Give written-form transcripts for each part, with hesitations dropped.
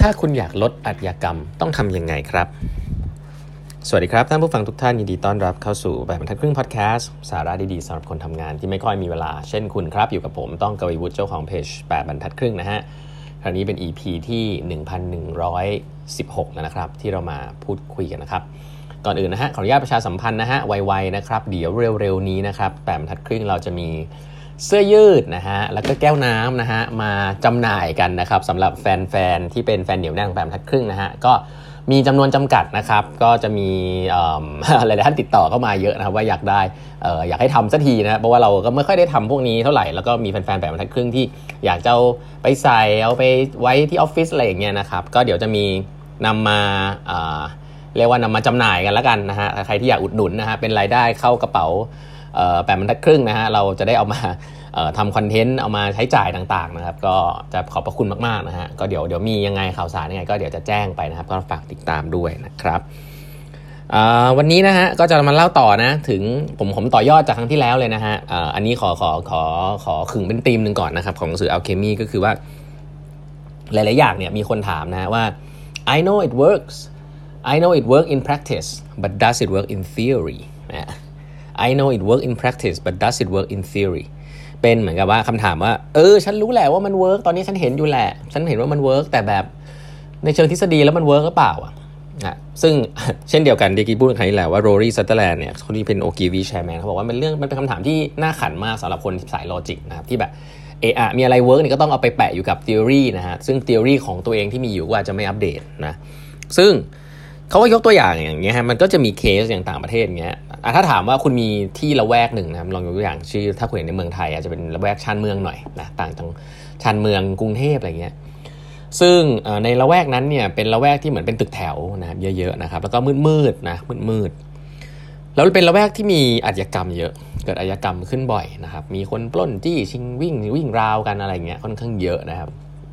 ถ้าคุณอยากลดอาชญากรรมต้องทำยังไงครับสวัสดีครับท่านผู้ฟังทุกท่านยินดีต้อนรับเข้าสู่8บรรทัดครึ่งพอดแคสต์สาระดีๆสำหรับคนทำงานที่ไม่ค่อยมีเวลาเช่นคุณครับอยู่กับผมต้องกวีวุฒิเจ้าของเพจ8บรรทัดครึ่งนะฮะคราวนี้เป็น EP ที่1116แล้วนะครับที่เรามาพูดคุยกันนะครับก่อนอื่นนะฮะขออนุญาตประชาสัมพันธ์นะฮะไวๆนะครับเดี๋ยวเร็วๆนี้นะครับ8บรรทัดครึ่งเราจะมีเสื้อยืดนะฮะแล้วก็แก้วน้ำนะฮะมาจำหน่ายกันนะครับสำหรับแฟนๆที่เป็นแฟนเหนียวแน่นของ8บรรทัดครึ่งนะฮะก็มีจำนวนจำกัดนะครับก็จะมีหลายๆท่านติดต่อเข้ามาเยอะนะครับว่าอยากได้อยากให้ทำสักทีนะเพราะว่าเราก็ไม่ค่อยได้ทำพวกนี้เท่าไหร่แล้วก็มีแฟนๆ8บรรทัดครึ่งที่อยากจะเอาไปใส่เอาไปไว้ที่ออฟฟิศอะไรอย่างเงี้ยนะครับก็เดี๋ยวจะมีนำมาเรียกว่านำมาจำหน่ายกันแล้วกันนะฮะใครที่อยากอุดหนุนนะฮะเป็นรายได้เข้ากระเป๋า8บรรทัดครึ่งนะฮะเราจะได้เอามาทำคอนเทนต์เอามาใช้จ่ายต่างๆนะครับก็จะขอบพระคุณมากๆนะฮะก็เดี๋ยวมียังไงข่าวสารยังไงก็เดี๋ยวจะแจ้งไปนะครับก็ฝากติดตามด้วยนะครับวันนี้นะฮะก็จะมาเล่าต่อนะถึงผมต่อยอดจากครั้งที่แล้วเลยนะฮะอันนี้ขอขึงเป็นธีมนึงก่อนนะครับของหนังสือ Alchemy ก็คือว่าหลายๆอย่างเนี่ยมีคนถามนะว่า I know it works in practice but does it work in theory I know it work in practice but does it work in theory เป็นเหมือนกับว่าคำถามว่าฉันรู้แหละว่ามันเวิร์กตอนนี้ฉันเห็นอยู่แหละฉันเห็นว่ามันเวิร์กแต่แบบในเชิงทฤษฎีแล้วมันเวิร์กหรือเปล่าซึ่งเช่นเดียวกันที่กี้พูดครั้งที่แล้วว่าโรรี่ซัตเทอร์แลนด์เนี่ยคนที่เป็นโอกิวีแชร์แมนเขาบอกว่ามันเป็นคำถามที่น่าขันมากสำหรับคนสายลอจิกนะครับที่แบบมีอะไรเวิร์กนี่ก็ต้องเอาไปแปะอยู่กับ theory นะฮะซึ่ง theory ของตัวเองที่มีอยู่ก็อาจจะไม่อัปเดตนะซึ่งเขาก็ยกตัวอย่างเงี้ยฮะมันก็จะมีเคสอย่างต่างประเทศเงี้ยถ้าถามว่าคุณมีที่ละแวกหนึ่งนะลองยกตัวอย่างชื่อถ้าคุณเห็นในเมืองไทยอาจจะเป็นละแวกชานเมืองหน่อยนะต่างจากชานเมืองกรุงเทพอะไรเงี้ยซึ่งในละแวกนั้นเนี่ยเป็นละแวกที่เหมือนเป็นตึกแถวนะครับเยอะๆนะครับแล้วก็มืดๆนะมืดๆแล้วเป็นละแวกที่มีอาชญากรรมเยอะเกิดอาชญากรรมขึ้นบ่อยนะครับมีคนปล้นจี้ชิงวิ่งราวกันอะไรเงี้ยค่อนข้างเยอะนะครับ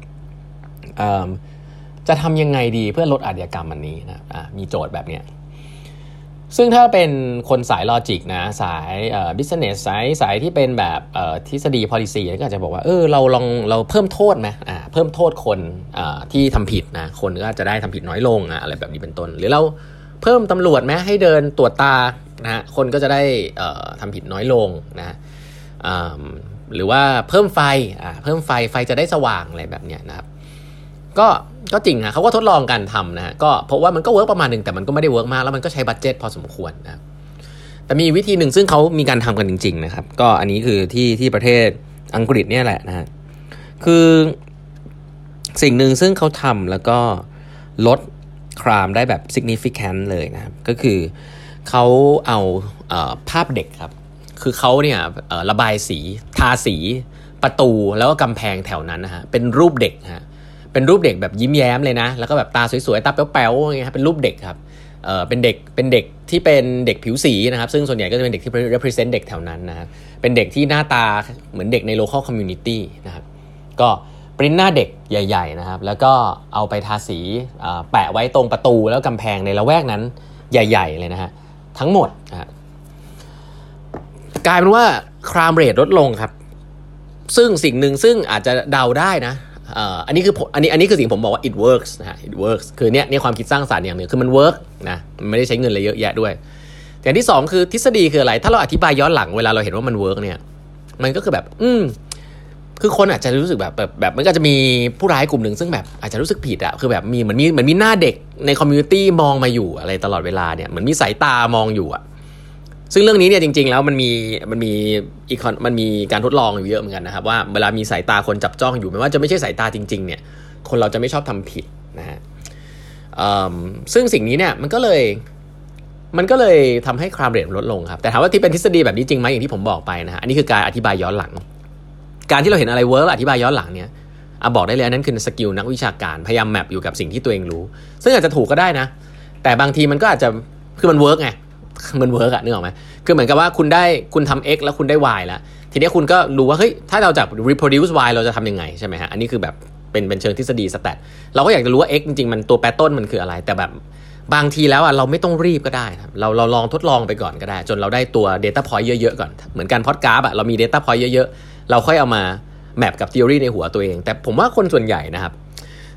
จะทำยังไงดีเพื่อลดอาชญากรรมอันนี้นะมีโจทย์แบบเนี้ยซึ่งถ้าเป็นคนสายลอจิกนะสายbusiness สายที่เป็นแบบทฤษฎี policy ก็อาจจะบอกว่าเราเพิ่มโทษไหมเพิ่มโทษคนที่ทำผิดนะคนก็จะได้ทำผิดน้อยลงอะไรแบบนี้เป็นต้นหรือเราเพิ่มตำรวจไหมให้เดินตรวจตานะฮะคนก็จะได้ทำผิดน้อยลงนะหรือว่าเพิ่มไฟจะได้สว่างอะไรแบบเนี้ยนะครับก็จริงนะเขาก็ทดลองการทำนะฮะก็เพราะว่ามันก็เวิร์กประมาณนึงแต่มันก็ไม่ได้เวิร์กมากแล้วมันก็ใช้บัดเจ็ตพอสมควรนะแต่มีวิธีหนึ่งซึ่งเขามีการทำกันจริงๆนะครับก็อันนี้คือที่ประเทศอังกฤษเนี่ยแหละนะฮะคือสิ่งหนึ่งซึ่งเขาทำแล้วก็ลดครามได้แบบ significant เลยนะครับก็คือเขาเอาภาพเด็กครับคือเขาเนี่ยระบายสีทาสีประตูแล้วก็กำแพงแถวนั้นนะฮะเป็นรูปเด็กฮะเป็นรูปเด็กแบบยิ้มแย้มเลยนะแล้วก็แบบตาสวยๆตาแป๋วๆอย่างเงี้ยครับเป็นรูปเด็กครับเป็นเด็กที่เป็นเด็กผิวสีนะครับซึ่งส่วนใหญ่ก็จะเป็นเด็กที่ represent เด็กแถวนั้นนะครับเป็นเด็กที่หน้าตาเหมือนเด็กใน local community นะครับก็ปริ้นหน้าเด็กใหญ่ๆนะครับแล้วก็เอาไปทาสีแปะไว้ตรงประตูแล้วกำแพงในละแวกนั้นใหญ่ๆเลยนะฮะทั้งหมดนะกลายเป็นว่า crime rate ลดลงครับซึ่งสิ่งหนึ่งซึ่งอาจจะเดาได้นะอันนี้คือสิ่งผมบอกว่า it works นะฮะ it works คือเนี่ยความคิดสร้างสรรค์อย่างหนึ่งคือมัน work นะมันไม่ได้ใช้เงินอะไรเยอะแยะด้วยแต่อย่างที่สองคือทฤษฎีคืออะไรถ้าเราอธิบายย้อนหลังเวลาเราเห็นว่ามัน work เนี่ยมันก็คือแบบคือคนอาจจะรู้สึกแบบมันก็จะมีผู้ร้ายกลุ่มหนึ่งซึ่งแบบอาจจะรู้สึกผิดอะคือแบบเหมือนมีหน้าเด็กในคอมมูนิตี้มองมาอยู่อะไรตลอดเวลาเนี่ยเหมือนมีสายตามองอยู่อะซึ่งเรื่องนี้เนี่ยจริงๆแล้วมันมีการทดลองอยู่เยอะเหมือนกันนะครับว่าเวลามีสายตาคนจับจ้องอยู่ไม่ว่าจะไม่ใช่สายตาจริงๆเนี่ยคนเราจะไม่ชอบทำผิดนะฮะซึ่งสิ่งนี้เนี่ยมันก็เลยทำให้ crime rate ลดลงครับแต่ถามว่าที่เป็นทฤษฎีแบบนี้จริงไหมอย่างที่ผมบอกไปนะฮะอันนี้คือการอธิบายย้อนหลังการที่เราเห็นอะไรเวิร์กอธิบายย้อนหลังเนี่ยบอกได้เลยนั่นคือสกิลนักวิชาการพยายามแมปอยู่กับสิ่งที่ตัวเองรู้ซึ่งอาจจะถูกก็ได้นะแต่บางทีมันก็อาจจะคือมันเวิร์กไงมันเวิร์กอะนึกออกไหมคือเหมือนกับว่าคุณทำ x แล้วคุณได้ y แล้วทีนี้คุณก็รู้ว่าเฮ้ยถ้าเราจะ reproduce y เราจะทำยังไงใช่ไหมฮะอันนี้คือแบบเป็นเชิงทฤษฎีสแตทเราก็อยากจะรู้ว่า x จริงๆมันตัวแปรต้นมันคืออะไรแต่แบบบางทีแล้วอะเราไม่ต้องรีบก็ได้ครับเราลองทดลองไปก่อนก็ได้จนเราได้ตัว data point เยอะๆก่อนเหมือนกันพอดกราฟอะเรามี data point เยอะๆเราค่อยเอามาแมปกับ theory ในหัวตัวเองแต่ผมว่าคนส่วนใหญ่นะครับ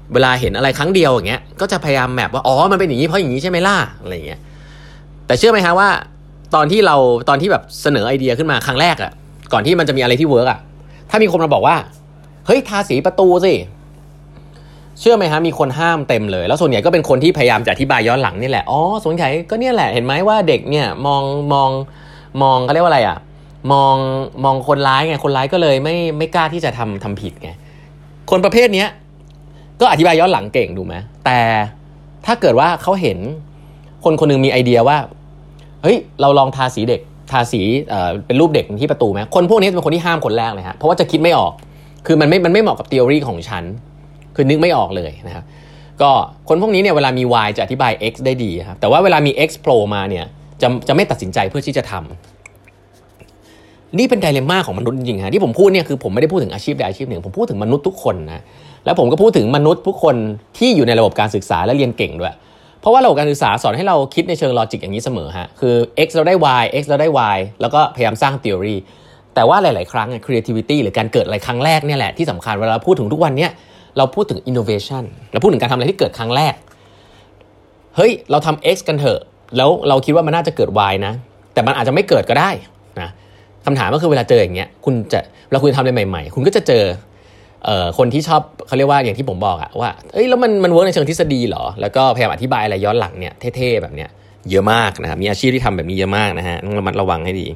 เวลาเห็นอะไรครั้งเดียวอย่างเงี้ยก็จะพยายามแมปว่าอ๋อมันเป็นอย่างนี้เพราะอย่างนี้ใช่ไหมล่ะอะไรอย่างเงี้ยแต่เชื่อไหมฮะว่าตอนที่แบบเสนอไอเดียขึ้นมาครั้งแรกอะก่อนที่มันจะมีอะไรที่เวิร์กอะถ้ามีคนมาบอกว่าเฮ้ยทาสีประตูสิเชื่อไหมฮะมีคนห้ามเต็มเลยแล้วส่วนใหญ่ก็เป็นคนที่พยายามจะอธิบายย้อนหลังนี่แหละอ๋อสงสัยก็เนี่ยแหละเห็นไหมว่าเด็กเนี่ยมองเขาเรียกว่าอะไรอ่ะมองคนร้ายไงคนร้ายก็เลยไม่กล้าที่จะทำผิดไงคนประเภทนี้ก็อธิบายย้อนหลังเก่งดูไหมแต่ถ้าเกิดว่าเขาเห็นคนนึงมีไอเดียว่าเฮ้ยเราลองทาสีเป็นรูปเด็กที่ประตูไหมคนพวกนี้เป็นคนที่ห้ามคนแรกเลยฮะเพราะว่าจะคิดไม่ออกคือมันไม่เหมาะกับทฤษฎีของฉันคือนึกไม่ออกเลยนะครับก็คนพวกนี้เนี่ยเวลามี y จะอธิบาย x ได้ดีครับแต่ว่าเวลามี x โผล่มาเนี่ยจะไม่ตัดสินใจเพื่อที่จะทำนี่เป็นไดเลมม่าของมนุษย์จริงๆฮะที่ผมพูดเนี่ยคือผมไม่ได้พูดถึงอาชีพใดอาชีพหนึ่งผมพูดถึงมนุษย์ทุกคนนะแล้วผมก็พูดถึงมนุษย์ทุกคนที่อยู่ในระบบการศึกษาและเรียนเก่งด้วยเพราะว่าระบบการศึกษาสอนให้เราคิดในเชิงลอจิกอย่างนี้เสมอฮะคือ x เราได้ y x เราได้ y แล้วก็พยายามสร้าง theory แต่ว่าหลายๆครั้ง creativity หรือการเกิดอะไรครั้งแรกเนี่ยแหละที่สำคัญเวลาพูดถึงทุกวันเนี้ยเราพูดถึง innovation เราพูดถึงการทำอะไรที่เกิดครั้งแรกเฮ้ยเราทำ x กันเถอะแล้วเราคิดว่ามันน่าจะเกิด y นะแต่มันอาจจะไม่เกิดก็ได้นะคำถามก็คือเวลาเจออย่างเงี้ยคุณทำอะไรใหม่ๆคุณก็จะเจอคนที่ชอบเขาเรียกว่าอย่างที่ผมบอกอะว่าเอ้ยแล้วมันเวิร์กในเชิงทฤษฎีเหรอแล้วก็พยายามอธิบายอะไรย้อนหลังเนี่ยเท่ๆแบบเนี้ยเยอะมากนะครับมีอาชีพที่ทำแบบนี้เยอะมากนะฮะต้องระมัดระวังให้ดี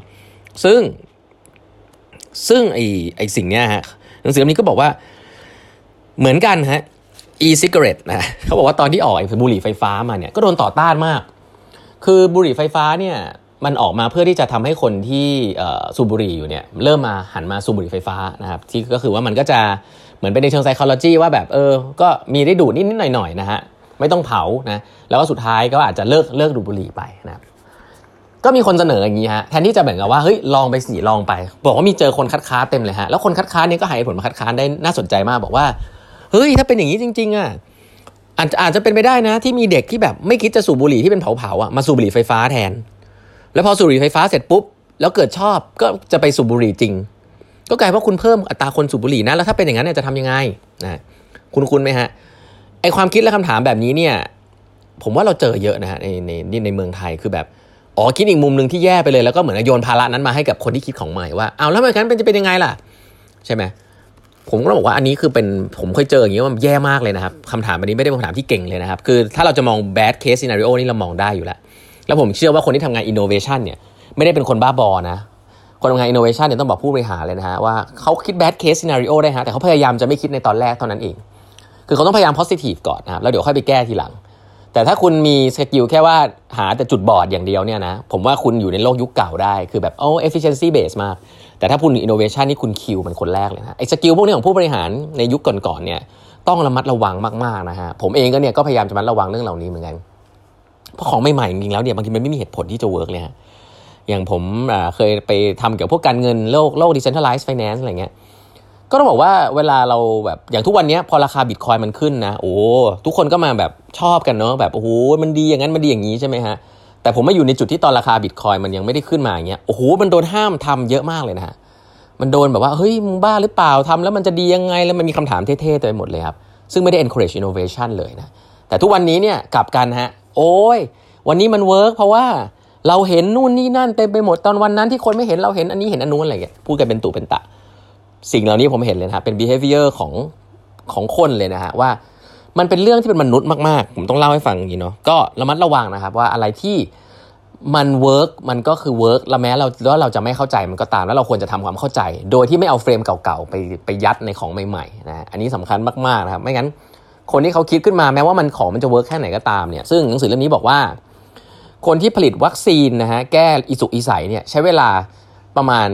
ซึ่งไอสิ่งเนี้ยฮะหนังสือเล่มนี้ก็บอกว่าเหมือนกันฮะ e-cigarette นะเขาบอกว่าตอนที่ออกบุหรี่ไฟฟ้ามาเนี่ยก็โดนต่อต้านมากคือบุหรี่ไฟฟ้าเนี่ยมันออกมาเพื่อที่จะทำให้คนที่สูบบุหรี่อยู่เนี่ยเริ่มมาหันมาสูบบุหรี่ไฟฟ้านะครับที่ก็คือว่ามันก็จะเหมือนเป็นในเชิง psychology ว่าแบบก็มีได้ดูดนิดๆหน่อยๆนะฮะไม่ต้องเผานะแล้วก็สุดท้ายก็อาจจะเลิกดูดบุหรี่ไปนะครับก็มีคนเสนออย่างนี้ฮะแทนที่จะเหมือนกับว่าเฮ้ยลองไปสิลองไปบอกว่ามีเจอคนคัดค้านเต็มเลยฮะแล้วคนคัดค้านเนี่ยก็ให้ผลมาคัดค้านได้น่าสนใจมากบอกว่าเฮ้ยถ้าเป็นอย่างนี้จริงๆอ่ะอาจจะเป็นไปได้นะที่มีเด็กที่แบบไม่คิดจะสูบบุหรี่ที่เป็นเผาอ่ะมาสูบบุหรี่ไฟฟ้าแทนแล้วพอสูบบุหรี่ไฟฟ้าเสร็จปุ๊บแล้วเกิดชอบก็จะไปสูบบุหรี่จริงก็กลายว่าคุณเพิ่มอัตราคนสูบบุหรี่นะแล้วถ้าเป็นอย่างนั้นเนี่ยจะทำยังไงนะคุณไหมฮะไอความคิดและคำถามแบบนี้เนี่ยผมว่าเราเจอเยอะนะฮะในเมืองไทยคือแบบคิดอีกมุมนึงที่แย่ไปเลยแล้วก็เหมือนโยนภาระนั้นมาให้กับคนที่คิดของใหม่ว่าเอาแล้วมันจะเป็นยังไงล่ะใช่ไหมผมก็บอกว่าอันนี้คือผมเคยเจออย่างนี้ว่ามันแย่มากเลยนะครับคำถามอันนี้ไม่ได้เป็นคำถามที่เก่งเลยนะครับคือถ้าเราจะมอง bad case scenario นี่เรามองได้อยู่แล้วผมเชื่อว่าคนที่ทำงาน innovation เนี่ยไม่ได้เป็นคนบ้าบอนะคนทำงาน innovation เนี่ยต้องบอกผู้บริหารเลยนะฮะว่าเขาคิด bad case scenario ได้ฮะแต่เขาพยายามจะไม่คิดในตอนแรกเท่านั้นเองคือเขาต้องพยายาม positive ก่อนนะครับแล้วเดี๋ยวค่อยไปแก้ทีหลังแต่ถ้าคุณมีสกิลแค่ว่าหาแต่จุดบอดอย่างเดียวเนี่ยนะผมว่าคุณอยู่ในโลกยุคเก่าได้คือแบบefficiency base มากแต่ถ้าคุณ innovation นี่คุณคิวเป็นคนแรกเลยนะไอ้สกิลพวกนี้ของผู้บริหารในยุคก่อนๆเนี่ยต้องระมัดระวังมากๆนะฮะผมเองก็พยายามจะระมัดระวังเรื่องเหล่านี้เหมือนกันเพราะของใหม่ๆจริงๆแล้วเนี่ยบางทีมันไม่มีเหตุผลที่จะเวิร์กเลยฮะอย่างผมเคยไปทำเกี่ยวกับพวกการเงินโลก decentralized finance อะไรเงี้ยก็ต้องบอกว่าเวลาเราแบบอย่างทุกวันนี้พอราคาบิตคอยน์มันขึ้นนะทุกคนก็มาแบบชอบกันเนาะแบบมันดีอย่างนั้นมันดีอย่างนี้ใช่ไหมฮะแต่ผมมาอยู่ในจุดที่ตอนราคาบิตคอยน์มันยังไม่ได้ขึ้นมาอย่างเงี้ยมันโดนห้ามทำเยอะมากเลยนะฮะมันโดนแบบว่าเฮ้ยมึงบ้าหรือเปล่าทำแล้วมันจะดียังไงแล้วมันมีคำถามเท่ๆเต็มไปหมดเลยครับซึ่งไม่ได้ encourage innovation เลยนะแต่ทุกวันนี้เนี่ยกลับกันฮะวันนี้มันเวิร์กเพราะว่าเราเห็นนู่นนี่นั่นเต็มไปหมดตอนวันนั้นที่คนไม่เห็นเราเห็นอันนี้เห็นอันนู้นอะไรเงี้ยพูดกันเป็นตุเป็นตะสิ่งเหล่านี้ผมเห็นเลยนะเป็น behavior ของคนเลยนะฮะว่ามันเป็นเรื่องที่เป็นมนุษย์มากๆผมต้องเล่าให้ฟังอย่างนี้เนาะก็ระมัดระวังนะครับว่าอะไรที่มันเวิร์กมันก็คือเวิร์กแล้วแม้เราจะไม่เข้าใจมันก็ตามแล้วเราควรจะทำความเข้าใจโดยที่ไม่เอาเฟรมเก่าๆไปยัดในของใหม่ๆนะอันนี้สำคัญมากๆนะครับไม่งั้นคนที่เขาคิดขึ้นมาแม้ว่ามันจะเวิร์กแค่ไหนก็ตามเนี่ยซึ่งหนังสือเล่มนี้บอกว่าคนที่ผลิตวัคซีนนะฮะแก้อีสุกอีใสเนี่ยใช้เวลาประมาณ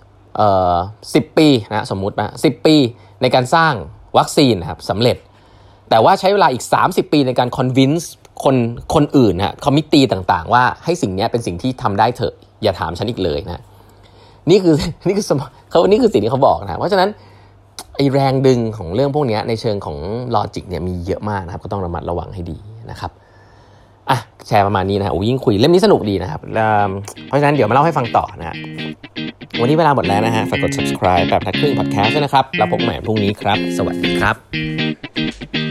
10 ปีนะสมมุตินะ10 ปีในการสร้างวัคซีนนะครับสำเร็จแต่ว่าใช้เวลาอีก30 ปีในการ convince คนอื่นนะคอมมิตตี้ต่างๆว่าให้สิ่งนี้เป็นสิ่งที่ทำได้เถอะอย่าถามฉันอีกเลยนะนี่คือสิ่งที่เขาบอกนะเพราะฉะนั้นไอแรงดึงของเรื่องพวกนี้ในเชิงของลอจิกเนี่ยมีเยอะมากนะครับก็ต้องระมัดระวังให้ดีนะครับแชร์ประมาณนี้นะฮะยิ่งคุยเล่มนี้สนุกดีนะครับเพราะฉะนั้นเดี๋ยวมาเล่าให้ฟังต่อนะฮะวันนี้เวลาหมดแล้วนะฮะฝากกด subscribe แบบทัดครึ่ง podcast ด้วยนะครับแล้วพบกันใหม่พรุ่งนี้ครับสวัสดีครับ